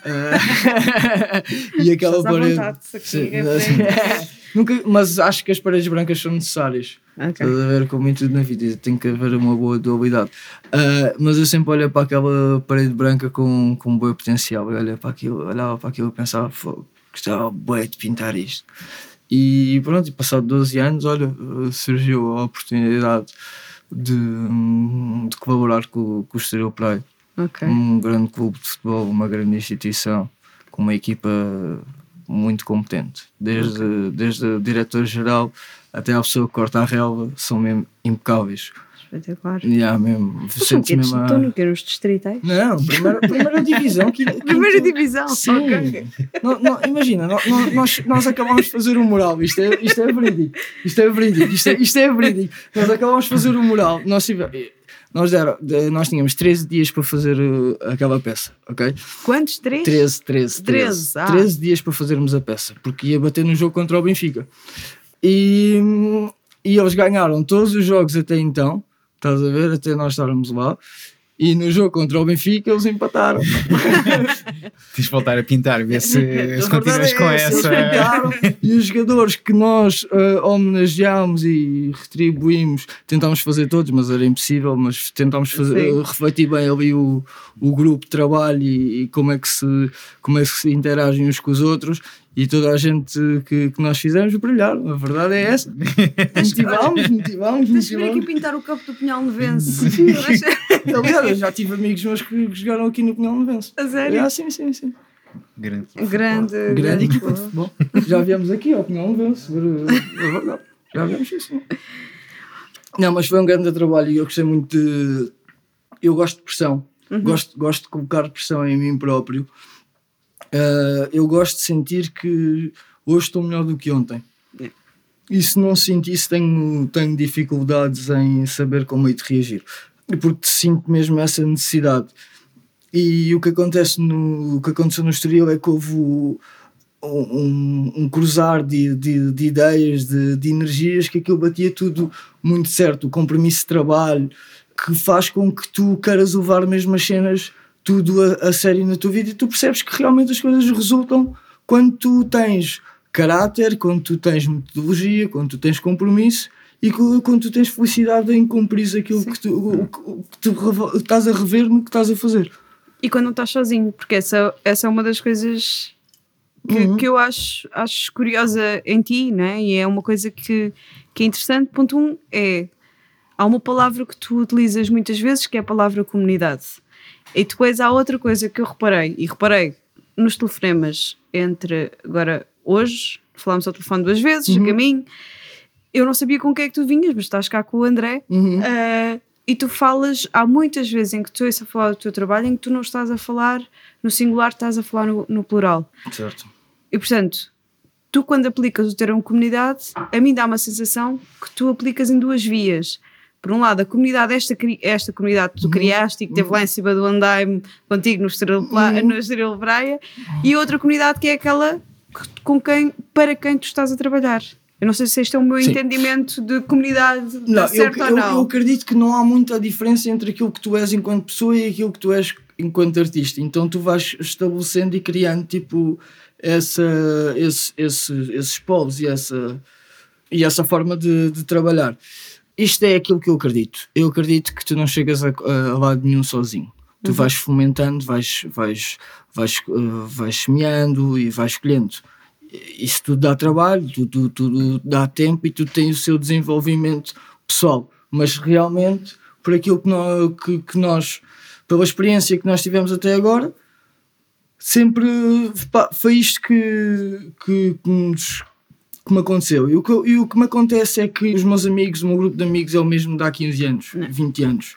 uh, e aquela Estás parede. À vontade, sim, nunca, mas acho que as paredes brancas são necessárias. Okay. Estás a ver, como em tudo na vida, tem que haver uma boa dualidade. Uh, mas eu sempre olhei para aquela parede branca com, com um bom potencial. Eu olhei para aquilo, olhava para aquilo e pensava, gostava bué de pintar isto. E pronto, e passado doze anos, olha, surgiu a oportunidade de, de colaborar com, com o Estoril Praia. Okay. Um grande clube de futebol, uma grande instituição, com uma equipa muito competente. Desde, okay. desde o diretor-geral até a pessoa que corta a relva, são mesmo impecáveis. Espetacular. Yeah, mesmo. Estão mesmo... no que? Nos distritais? Não, primeira, primeira divisão. Que, que primeira divisão? Sim. Okay. Não, não, imagina, não, não, nós, nós acabámos de fazer o mural. Isto é, isto é verídico. Isto é verídico. Isto é, isto é verídico. Nós acabámos de fazer o mural. Nós tivemos... Nós, deram, nós tínhamos treze dias para fazer uh, aquela peça, ok? Quantos? três? treze, treze, treze. Ah. treze dias para fazermos a peça, porque ia bater no jogo contra o Benfica. E, e eles ganharam todos os jogos até então, estás a ver, até nós estarmos lá. E no jogo contra o Benfica eles empataram. Tens de voltar a pintar, ver se, se continuas com essa. E os jogadores que nós uh, homenageámos e retribuímos, tentámos fazer todos, mas era impossível, mas tentámos fazer, uh, refletir bem ali o, o grupo de trabalho e, e como, é que se, como é que se interagem uns com os outros. E toda a gente que, que nós fizemos brilharam, a verdade é essa. Motivámos, motivámos, Deixa eu vir aqui pintar o campo do Pinhal Novense. Aliás, eu já tive amigos meus que jogaram aqui no Pinhal Novense. A sério? Ah, sim, sim, sim. Grande, grande, grande, grande equipa de futebol. Já viemos aqui ao Pinhal Novense, é verdade. Já viemos isso. Não, mas foi um grande trabalho e eu gostei muito de... Eu gosto de pressão. Uhum. Gosto, gosto de colocar pressão em mim próprio. Uh, eu gosto de sentir que hoje estou melhor do que ontem. Yeah. E se não sinto isso, tenho, tenho dificuldades em saber como é de reagir, porque sinto mesmo essa necessidade. E o que acontece no, o que aconteceu no Estoril é que houve um, um, um cruzar de, de, de ideias, de, de energias, que aquilo batia tudo muito certo. O compromisso de trabalho que faz com que tu queiras levar mesmo as cenas tudo a, a sério na tua vida, e tu percebes que realmente as coisas resultam quando tu tens caráter, quando tu tens metodologia, quando tu tens compromisso e quando tu tens felicidade em cumprir aquilo que tu, o, o, que tu estás a rever no que estás a fazer. E quando não estás sozinho, porque essa, essa é uma das coisas que, uhum. que eu acho, acho curiosa em ti, não é? E é uma coisa que, que é interessante. Ponto um é, há uma palavra que tu utilizas muitas vezes, que é a palavra comunidade. E depois há outra coisa que eu reparei, e reparei nos telefonemas entre, agora, hoje, falámos ao telefone duas vezes, uhum. a caminho, eu não sabia com quem é que tu vinhas, mas estás cá com o André, uhum. uh, e tu falas, há muitas vezes em que tu estás a falar do teu trabalho em que tu não estás a falar no singular, estás a falar no, no plural. Certo. E portanto, tu quando aplicas o termo comunidade, a mim dá uma sensação que tu aplicas em duas vias. Por um lado, a comunidade, esta, esta comunidade que tu criaste e que esteve lá em cima do andaime contigo no Estrela, uhum. no Estrela Praia, e outra comunidade que é aquela com quem, para quem tu estás a trabalhar. Eu não sei se este é o meu Sim. entendimento de comunidade, não, certo eu, ou não. Eu, eu acredito que não há muita diferença entre aquilo que tu és enquanto pessoa e aquilo que tu és enquanto artista. Então tu vais estabelecendo e criando tipo essa, esse, esse, esses polos e essa, e essa forma de, de trabalhar. Isto é aquilo que eu acredito. Eu acredito que tu não chegas a, a, a lado nenhum sozinho. Tu uhum. vais fomentando, vais, vais, vais, uh, vais semeando e vais escolhendo. Isso tudo dá trabalho, tudo, tudo dá tempo e tudo tem o seu desenvolvimento pessoal. Mas realmente, por aquilo que nós, que, que nós pela experiência que nós tivemos até agora, sempre pá, foi isto que, que, que nos... que me aconteceu. E o que, e o que me acontece é que os meus amigos, o meu grupo de amigos é o mesmo de há quinze anos, não. vinte anos.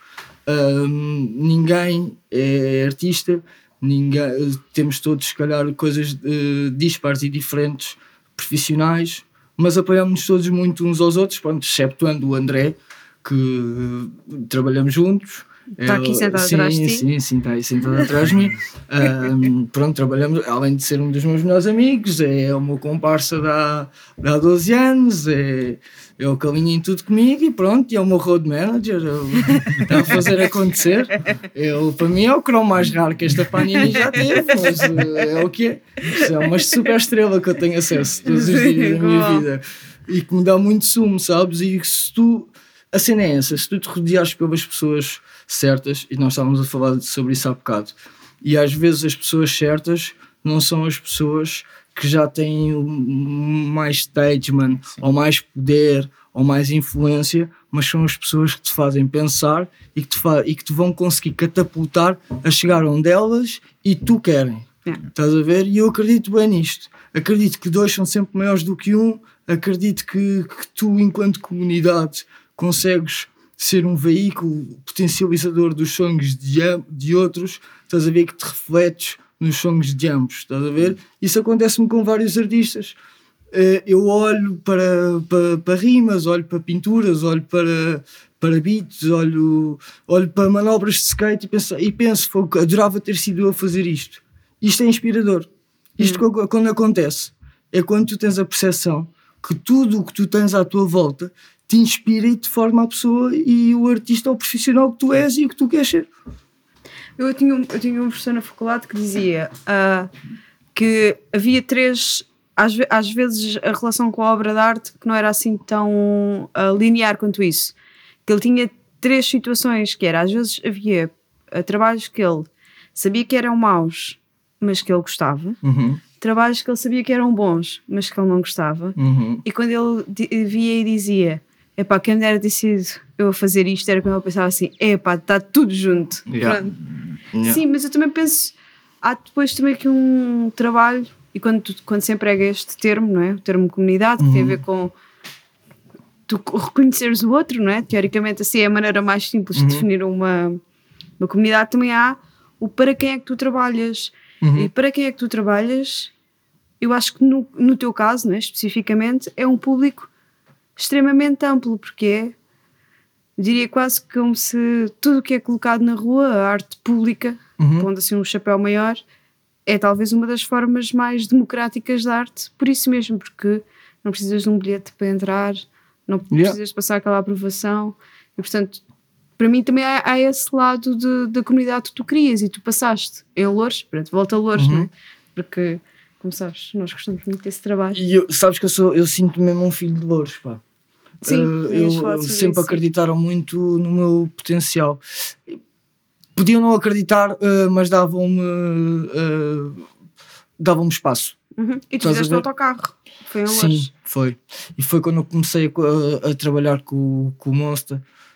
Um, ninguém é artista, ninguém, temos todos, se calhar, coisas uh, dispares e diferentes, profissionais, mas apoiamos-nos todos muito uns aos outros, pronto, exceptuando o André, que uh, trabalhamos juntos. Está aqui sentado sim, atrás de ti? Sim, sim, está aí sentado atrás de mim. Um, pronto, trabalhamos, além de ser um dos meus melhores amigos, é o meu comparsa de há, de há doze anos, é, é o que alinha em tudo comigo e pronto, e é o meu road manager, está a fazer acontecer. Eu, para mim é o cromo mais raro que esta Panini já teve, mas é o que é. Isto é uma super estrela que eu tenho acesso todos os dias da minha vida e que me dá muito sumo, sabes? E se tu, a cena é essa, se tu te rodeares pelas pessoas certas, e nós estávamos a falar sobre isso há bocado, e às vezes as pessoas certas não são as pessoas que já têm mais statement, ou mais poder, ou mais influência, mas são as pessoas que te fazem pensar e que te, fa- e que te vão conseguir catapultar a chegar onde elas e tu querem. É. Estás a ver? E eu acredito bem nisto. Acredito que dois são sempre maiores do que um, acredito que, que tu, enquanto comunidade, consegues ser um veículo potencializador dos sonhos de, de outros, estás a ver, que te refletes nos sonhos de ambos, estás a ver? Isso acontece-me com vários artistas. Eu olho para, para, para rimas, olho para pinturas, olho para, para beats, olho, olho para manobras de skate e penso, e penso adorava ter sido eu a fazer isto. Isto é inspirador. Isto hum. quando acontece é quando tu tens a percepção que tudo o que tu tens à tua volta te inspira e te forma a pessoa e o artista ou profissional que tu és e o que tu queres ser. Eu tinha, eu tinha uma professor na faculdade que dizia uh, que havia três, às, às vezes a relação com a obra de arte que não era assim tão uh, linear quanto isso. Que ele tinha três situações, que era, às vezes havia uh, trabalhos que ele sabia que eram maus, mas que ele gostava. Uhum. Trabalhos que ele sabia que eram bons, mas que ele não gostava. Uhum. E quando ele di- via e dizia, epá, quem me dera ter sido eu a fazer isto, era quando ele pensava assim, epá, está tudo junto. Yeah. Yeah. Sim, mas eu também penso, há depois também aqui um trabalho, e quando, tu, quando se emprega este termo, não é? O termo comunidade, que uhum. tem a ver com tu reconheceres o outro, não é? Teoricamente assim é a maneira mais simples uhum. de definir uma, uma comunidade. Também há o para quem é que tu trabalhas. Uhum. E para quem é que tu trabalhas, eu acho que no, no teu caso, né, especificamente, é um público extremamente amplo, porque é, eu diria quase como se tudo o que é colocado na rua, a arte pública, uhum. pondo assim um chapéu maior, é talvez uma das formas mais democráticas da arte, por isso mesmo, porque não precisas de um bilhete para entrar, não yeah. precisas de passar aquela aprovação, e portanto... Para mim também há, há esse lado de, da comunidade que tu crias e tu passaste em Loures, pronto, volta a Loures, uhum. não é? Porque, como sabes, nós gostamos muito desse trabalho. E eu, sabes que eu, sou, eu sinto mesmo um filho de Loures, pá. Sim, uh, eu, eu sempre isso. Acreditaram muito no meu potencial. Podiam não acreditar, uh, mas davam-me uh, davam-me espaço. Uhum. E tu fizeste o autocarro, foi em Loures? Sim, foi. E foi quando eu comecei a, a trabalhar com, com o Monster.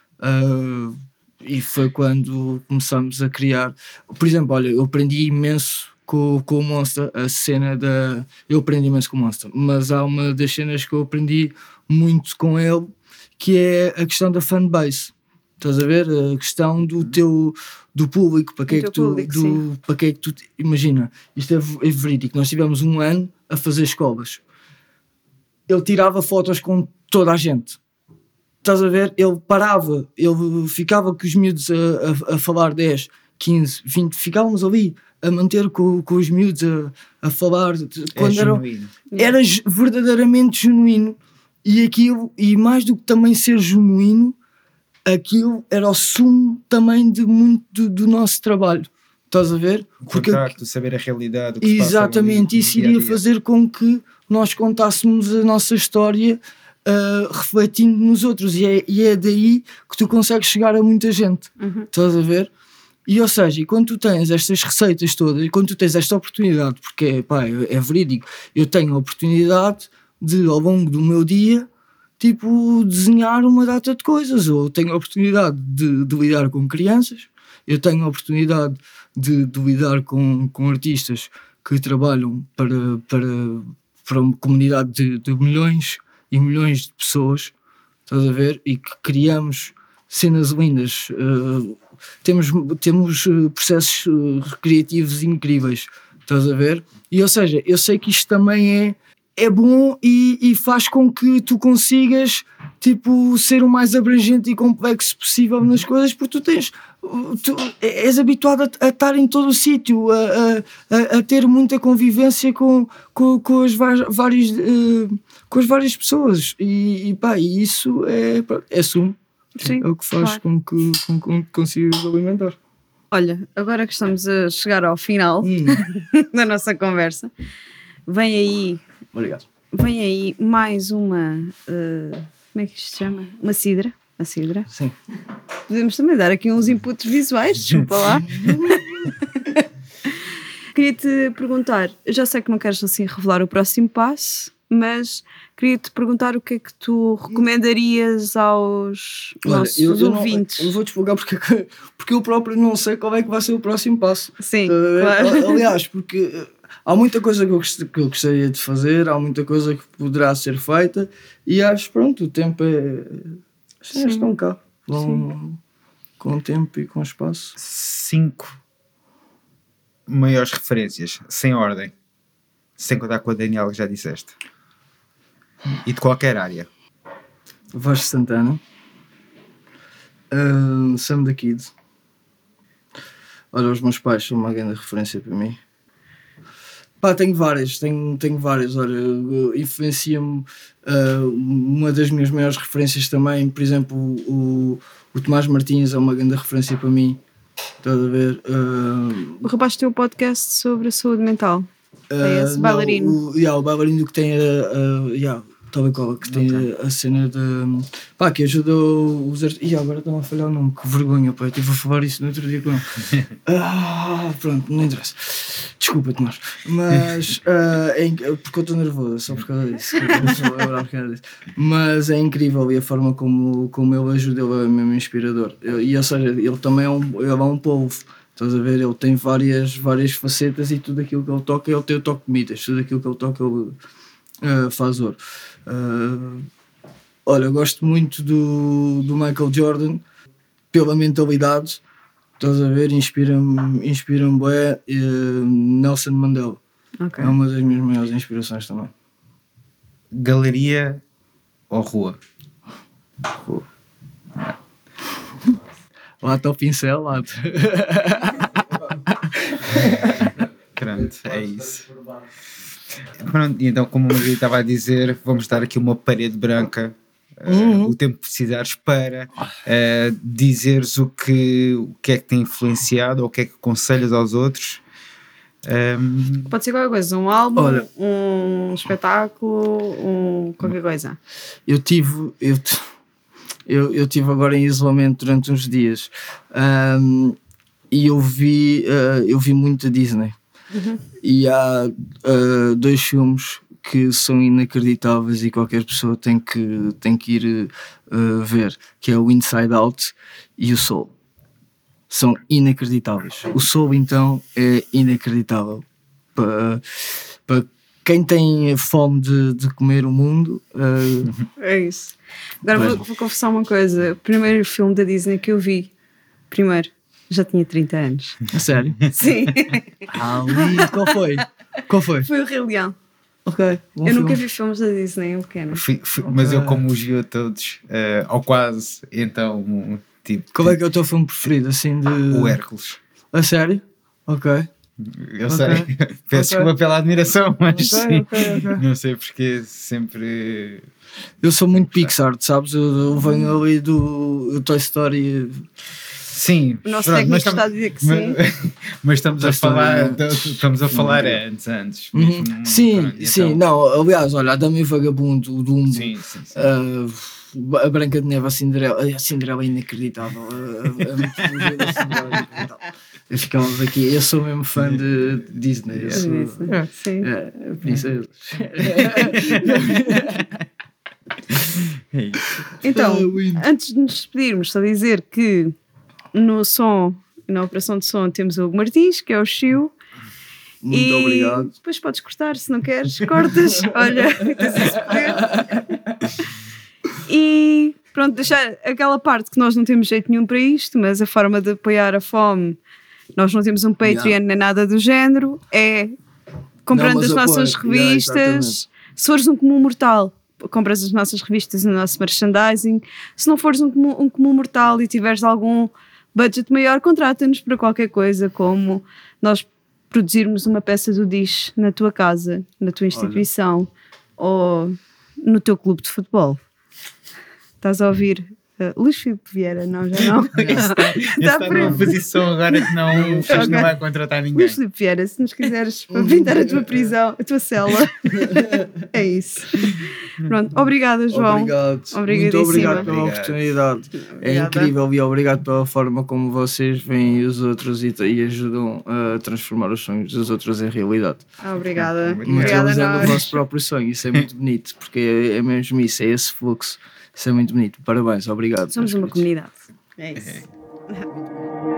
Uh, e foi quando começamos a criar, por exemplo, olha, eu aprendi imenso com, com o Monster, a cena da, eu aprendi imenso com o Monster, mas há uma das cenas que eu aprendi muito com ele, que é a questão da fanbase. Estás a ver? A questão do teu do público, para que é que tu, público, do, para que é que tu imagina, isto é, é verídico, nós tivemos um ano a fazer escolas, ele tirava fotos com toda a gente, estás a ver? Ele parava, ele ficava com os miúdos a, a, a falar dez, quinze, vinte, ficávamos ali a manter com, com os miúdos a, a falar quando é era, genuíno. era verdadeiramente genuíno, e aquilo, e mais do que também ser genuíno, aquilo era o sumo também de muito do, do nosso trabalho, estás a ver? O Porque contacto, saber a realidade, o que exatamente, se passa isso ali no iria dia a dia. fazer com que nós contássemos a nossa história uh, refletindo nos outros, e é, e é daí que tu consegues chegar a muita gente, Uhum. estás a ver? E ou seja, e quando tu tens estas receitas todas, e quando tu tens esta oportunidade, porque pá, é, é verídico, eu tenho a oportunidade de, ao longo do meu dia, tipo, desenhar uma data de coisas, ou tenho a oportunidade de, de lidar com crianças, eu tenho a oportunidade de, de lidar com, com artistas que trabalham para, para, para uma comunidade de, de milhões e milhões de pessoas, estás a ver? E que criamos cenas lindas, uh, temos, temos uh, processos uh, criativos incríveis, estás a ver? E ou seja, eu sei que isto também é é bom e, e faz com que tu consigas, tipo, ser o mais abrangente e complexo possível nas coisas, porque tu tens, tu és habituado a, a estar em todo o sítio, a, a, a ter muita convivência com, com, com, as, várias, uh, com as várias pessoas, e, e pá, e isso é, é sumo. Sim, é o que faz claro. com que, com, com que consigas alimentar. Olha, agora que estamos a chegar ao final Hum. da nossa conversa, vem aí, Obrigado. vem aí mais uma, uh, como é que isto se chama? Uma cidra, a cidra. Sim. Podemos também dar aqui uns inputs visuais, desculpa lá. Queria-te perguntar, eu já sei que não queres assim revelar o próximo passo, mas queria-te perguntar o que é que tu recomendarias aos Olha, nossos eu, eu não- ouvintes. eu vou-te explicar porque, porque eu próprio não sei qual é que vai ser o próximo passo. Sim, Uh, claro. Aliás, porque uh, há muita coisa que eu, gost- que eu gostaria de fazer, há muita coisa que poderá ser feita, e acho, pronto, o tempo é... As cenas Sim. estão cá. Vão com o tempo e com o espaço. Cinco maiores referências, sem ordem, sem contar com a Daniela que já disseste, e de qualquer área. Vasco Santana, uh, Sam da Kid. Olha, os meus pais são uma grande referência para mim. Pá, tenho várias, tenho, tenho várias. Olha, influencia-me uh, uma das minhas maiores referências também, por exemplo, o, o Tomás Martins é uma grande referência para mim. Estás a ver? Uh, O rapaz tem um podcast sobre a saúde mental. É esse, Uh, bailarino. Não, o, yeah, o bailarino que tem a, a yeah, tal e qual, que tem Ok. a, a cena de pá, que ajudou os artistas. E agora estão a falhar o nome, que vergonha, pá, eu estive a falar isso no outro dia com ele. Ah, pronto, não interessa. Desculpa, Tomás. Mas uh, é inc... porque eu estou nervoso, só por causa disso. Estou a lembrar por causa disso. Mas é incrível, e a forma como, como ele ajuda, ele é mesmo inspirador. E ou seja, ele também é um, ele é um polvo. Estás a ver? Ele tem várias, várias facetas, e tudo aquilo que ele toca, ele tem o toque de Midas, tudo aquilo que ele toca, ele uh, faz ouro. Uh, olha, eu gosto muito do, do Michael Jordan, pela mentalidade, estás a ver? Inspira-me, inspira-me bué. Uh, Nelson Mandela Ok. é uma das minhas maiores inspirações também. Galeria ou rua? Pô. Lá está o pincel, lá está. Pronto, é isso. Pronto, e então, como o Margarida estava a dizer, vamos dar aqui uma parede branca, uh, Uhum. o tempo que precisares para uh, dizeres o que, o que é que tem influenciado ou o que é que aconselhas aos outros. Um, Pode ser qualquer coisa, um álbum, Olha. um espetáculo, um qualquer coisa. Eu tive, eu, t- eu, eu tive agora em isolamento durante uns dias, ahm, e eu vi, ah, eu vi muito a Disney. E há ah, dois filmes que são inacreditáveis e qualquer pessoa tem que, tem que ir ah, ver, que é o Inside Out e o Soul. São inacreditáveis. O Soul, então, é inacreditável. Pa- pa- quem tem fome de, de comer o mundo. Uh... É isso. Agora vou, vou confessar uma coisa. O primeiro filme da Disney que eu vi, primeiro, já tinha trinta anos. A sério? Sim. Ah, ali, qual foi? Qual foi? Foi o Rei Leão. Ok. Eu filme. nunca vi filmes da Disney, eu pequena. Fui, fui, okay. Mas eu, como os vi a todos, uh, ou quase, então, tipo. Qual é que é o teu filme preferido? Assim, de... O Hércules. A sério? Ok. Eu okay. sei. Peço okay. desculpa pela admiração, mas okay, sim. Okay, okay. Não sei porque sempre. Eu sou muito Pixar, sabes? Eu, eu venho ali do, do Toy Story. Sim, o nosso técnico está a dizer que sim. Mas, mas estamos, a falar, estamos a falar antes, antes. Uhum. Mesmo, sim, pronto, sim, então... não, aliás, olha, a Dama e o Vagabundo, o Dumbo, sim, sim, sim. Uh, a Branca de Neve, a Cinderela, a Cinderela é inacreditável. A, a, a Cinderela é inacreditável. Eu ficava aqui, eu sou mesmo fã de Disney. Eu sou, é, sim. É, princesa. Então, antes de nos despedirmos, só dizer que no som, na operação de som, temos o Hugo Martins, que é o Chiu. Muito e obrigado. Depois podes cortar, se não queres, cortas. Olha, tens esse poder. E pronto, deixar aquela parte que nós não temos jeito nenhum para isto, mas a forma de apoiar a fome, nós não temos um Patreon yeah. nem nada do género, é comprando não, as nossas apoio. revistas. Yeah, se fores um comum mortal, compras as nossas revistas no nosso merchandising. Se não fores um comum, um comum mortal e tiveres algum budget maior, contrata-nos para qualquer coisa, como nós produzirmos uma peça do Dish na tua casa, na tua instituição. Olha. Ou no teu clube de futebol. Estás a ouvir? Uh, Luís Filipe Vieira, não, já não. está está numa posição agora que não, okay. não vai contratar ninguém. Luís Filipe Vieira, se nos quiseres pintar a tua prisão, a tua cela, é isso. Pronto, obrigada, João. Obrigado. Muito obrigado pela obrigado. oportunidade. É Obrigada. incrível e obrigado pela forma como vocês veem os outros e, e ajudam a transformar os sonhos dos outros em realidade. Obrigada. Materializando o vosso próprio sonho, isso é muito bonito, porque é, é mesmo isso, é esse fluxo. Isso é muito bonito. Parabéns, obrigado. Somos uma comunidade. É isso.